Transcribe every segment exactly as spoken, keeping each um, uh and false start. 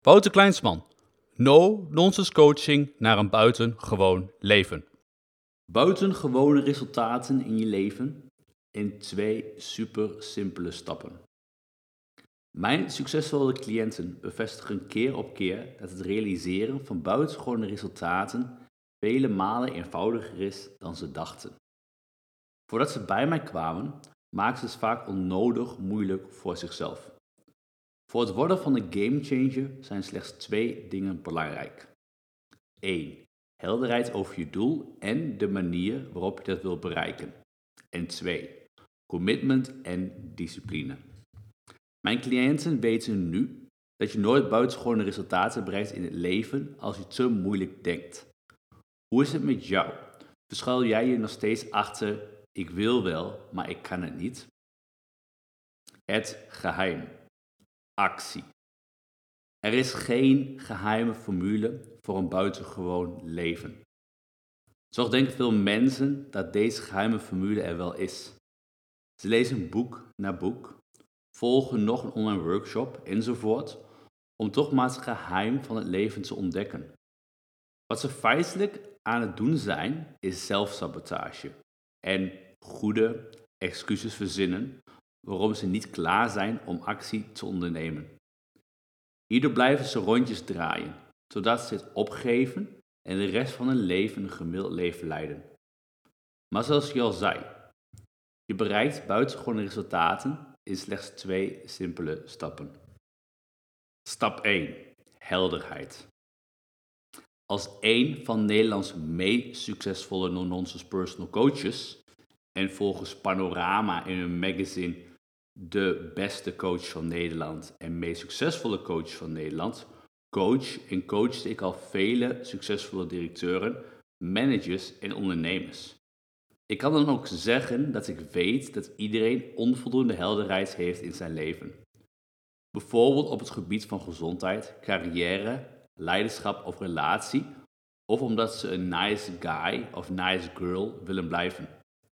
Wouter Kleinsman. No-nonsense coaching naar een buitengewoon leven. Buitengewone resultaten in je leven in twee super simpele stappen. Mijn succesvolle cliënten bevestigen keer op keer dat het realiseren van buitengewone resultaten vele malen eenvoudiger is dan ze dachten. Voordat ze bij mij kwamen, maakten ze het vaak onnodig moeilijk voor zichzelf. Voor het worden van een gamechanger zijn slechts twee dingen belangrijk. één. Helderheid over je doel en de manier waarop je dat wilt bereiken. En twee. Commitment en discipline. Mijn cliënten weten nu dat je nooit buitengewone resultaten bereikt in het leven als je te moeilijk denkt. Hoe is het met jou? Verschuil jij je nog steeds achter ik wil wel, maar ik kan het niet? Het geheim. Actie. Er is geen geheime formule voor een buitengewoon leven. Toch denken veel mensen dat deze geheime formule er wel is. Ze lezen boek na boek, volgen nog een online workshop enzovoort, om toch maar het geheim van het leven te ontdekken. Wat ze feitelijk aan het doen zijn, is zelfsabotage en goede excuses verzinnen waarom ze niet klaar zijn om actie te ondernemen. Hierdoor blijven ze rondjes draaien, totdat ze het opgeven en de rest van hun leven een gemiddeld leven leiden. Maar zoals je al zei, je bereikt buitengewone resultaten in slechts twee simpele stappen. Stap één. Helderheid. Als een van Nederlands meest succesvolle no-nonsense personal coaches en volgens Panorama in hun magazine de beste coach van Nederland en meest succesvolle coach van Nederland, coach en coachte ik al vele succesvolle directeuren, managers en ondernemers. Ik kan dan ook zeggen dat ik weet dat iedereen onvoldoende helderheid heeft in zijn leven. Bijvoorbeeld op het gebied van gezondheid, carrière, leiderschap of relatie, of omdat ze een nice guy of nice girl willen blijven.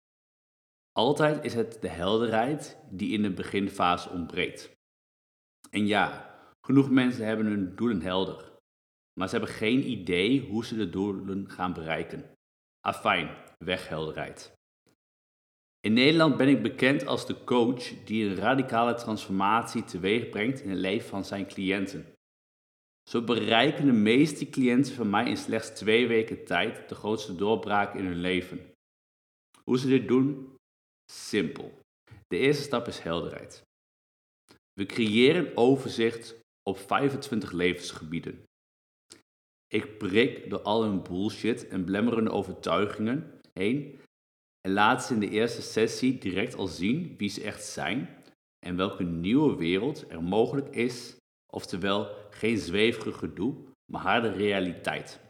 Altijd is het de helderheid die in de beginfase ontbreekt. En ja, genoeg mensen hebben hun doelen helder, maar ze hebben geen idee hoe ze de doelen gaan bereiken. Afijn, weg helderheid. In Nederland ben ik bekend als de coach die een radicale transformatie teweeg brengt in het leven van zijn cliënten. Zo bereiken de meeste cliënten van mij in slechts twee weken tijd de grootste doorbraak in hun leven. Hoe ze dit doen? Simpel. De eerste stap is helderheid. We creëren overzicht op vijfentwintig levensgebieden. Ik prik door al hun bullshit en blemmerende overtuigingen heen en laat ze in de eerste sessie direct al zien wie ze echt zijn en welke nieuwe wereld er mogelijk is, oftewel geen zweverige gedoe, maar harde realiteit.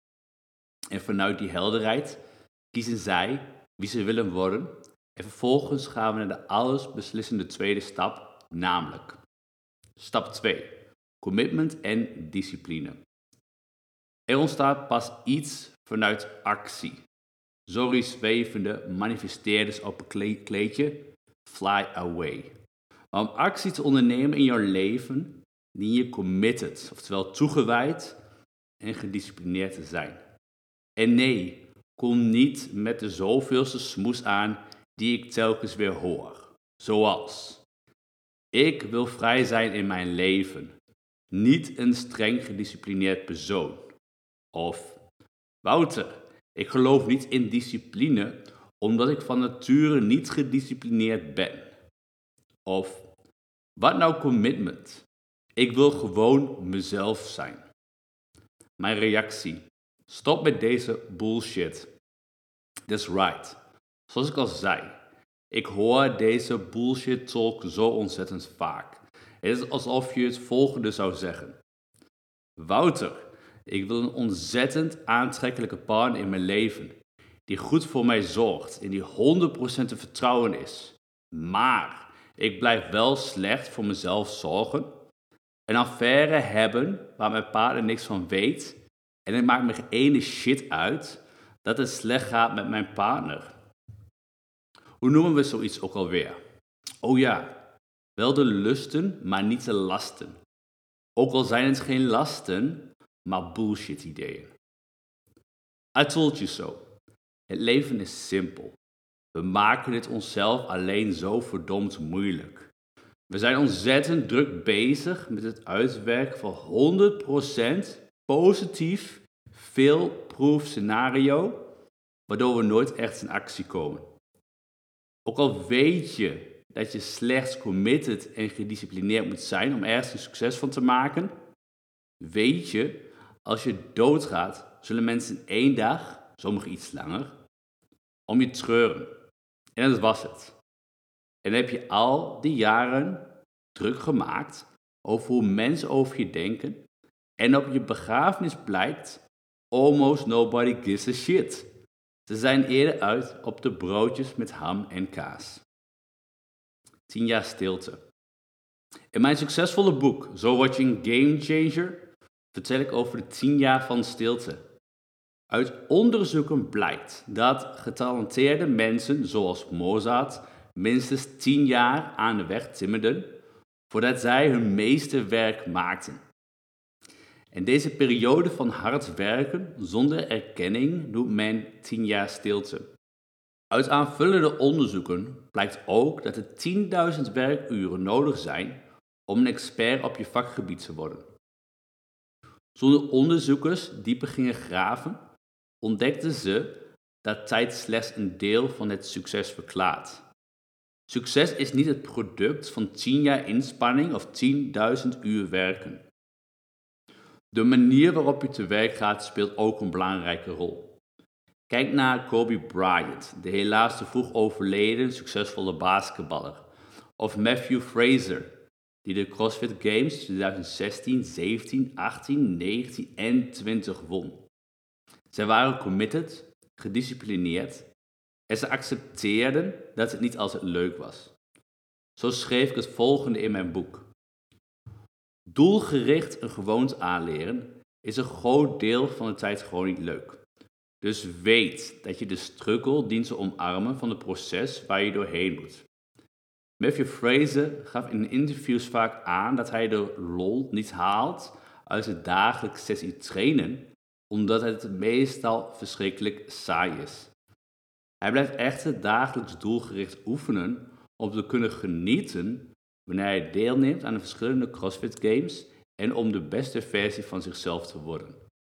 En vanuit die helderheid kiezen zij wie ze willen worden en vervolgens gaan we naar de allesbeslissende tweede stap, namelijk stap twee. Commitment en discipline. Er ontstaat pas iets vanuit actie. Sorry zwevende manifesteerders op een kleedje, fly away. Maar om actie te ondernemen in jouw leven, dien je committed, oftewel toegewijd en gedisciplineerd te zijn. En nee, kom niet met de zoveelste smoes aan die ik telkens weer hoor. Zoals, ik wil vrij zijn in mijn leven, niet een streng gedisciplineerd persoon. Of, Wouter, ik geloof niet in discipline omdat ik van nature niet gedisciplineerd ben. Of, wat nou commitment? Ik wil gewoon mezelf zijn. Mijn reactie, stop met deze bullshit. That's right. Zoals ik al zei, ik hoor deze bullshit talk zo ontzettend vaak. Het is alsof je het volgende zou zeggen. Wouter, ik wil een ontzettend aantrekkelijke partner in mijn leven, die goed voor mij zorgt en die honderd procent te vertrouwen is. Maar ik blijf wel slecht voor mezelf zorgen, een affaire hebben waar mijn partner niks van weet en het maakt me geen ene shit uit dat het slecht gaat met mijn partner. Hoe noemen we zoiets ook alweer? Oh ja, wel de lusten, maar niet de lasten. Ook al zijn het geen lasten, maar bullshit ideeën. I told you so. Het leven is simpel. We maken het onszelf alleen zo verdomd moeilijk. We zijn ontzettend druk bezig met het uitwerken van honderd procent positief fail-proof scenario, waardoor we nooit echt in actie komen. Ook al weet je dat je slechts committed en gedisciplineerd moet zijn om ergens een succes van te maken, weet je, als je doodgaat, zullen mensen één dag, sommigen iets langer, om je treuren. En dat was het. En heb je al die jaren druk gemaakt over hoe mensen over je denken en op je begrafenis blijkt, almost nobody gives a shit. Ze zijn eerder uit op de broodjes met ham en kaas. tien jaar stilte. In mijn succesvolle boek So Word You a Game Changer vertel ik over de tien jaar van stilte. Uit onderzoeken blijkt dat getalenteerde mensen zoals Mozart minstens tien jaar aan de weg timmerden voordat zij hun meeste werk maakten. En deze periode van hard werken zonder erkenning noemt men tien jaar stilte. Uit aanvullende onderzoeken blijkt ook dat er tienduizend werkuren nodig zijn om een expert op je vakgebied te worden. Zonder onderzoekers dieper gingen graven, ontdekten ze dat tijd slechts een deel van het succes verklaart. Succes is niet het product van tien jaar inspanning of tienduizend uur werken. De manier waarop je te werk gaat speelt ook een belangrijke rol. Kijk naar Kobe Bryant, de helaas te vroeg overleden succesvolle basketballer. Of Matthew Fraser, die de CrossFit Games twintig zestien, zeventien, achttien, negentien en twintig won. Zij waren committed, gedisciplineerd en ze accepteerden dat het niet altijd leuk was. Zo schreef ik het volgende in mijn boek. Doelgericht een gewoonte aanleren is een groot deel van de tijd gewoon niet leuk. Dus weet dat je de struggle dient te omarmen van het proces waar je doorheen moet. Matthew Fraser gaf in interviews vaak aan dat hij de lol niet haalt uit het dagelijks sessie trainen, omdat het meestal verschrikkelijk saai is. Hij blijft echter dagelijks doelgericht oefenen om te kunnen genieten wanneer hij deelneemt aan de verschillende CrossFit Games en om de beste versie van zichzelf te worden.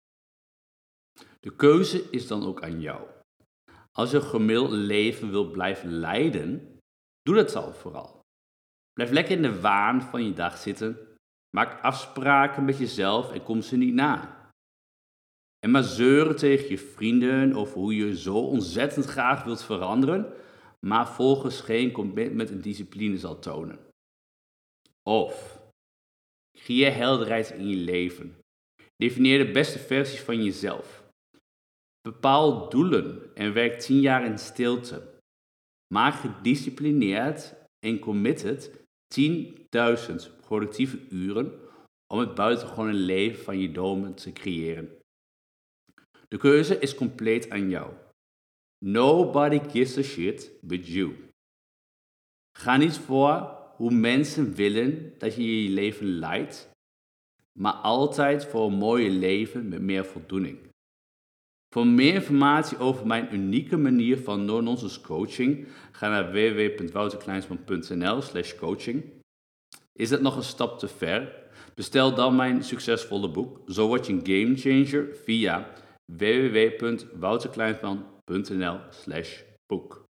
De keuze is dan ook aan jou. Als je een gemiddeld leven wil blijven leiden, doe dat dan vooral. Blijf lekker in de waan van je dag zitten, maak afspraken met jezelf en kom ze niet na. En maar zeuren tegen je vrienden over hoe je zo ontzettend graag wilt veranderen, maar volgens geen commitment en discipline zal tonen. Of creëer helderheid in je leven. Definieer de beste versies van jezelf. Bepaal doelen en werk tien jaar in stilte. Maak gedisciplineerd en committed tienduizend productieve uren om het buitengewone leven van je dromen te creëren. De keuze is compleet aan jou. Nobody gives a shit but you. Ga niet voor hoe mensen willen dat je je leven leidt, maar altijd voor een mooie leven met meer voldoening. Voor meer informatie over mijn unieke manier van no-nonsense coaching, ga naar w w w punt wouterkleinsman punt n l slash coaching. Is het nog een stap te ver? Bestel dan mijn succesvolle boek So Word You a Game Changer via w w w punt wouterkleinsman punt n l slash boek.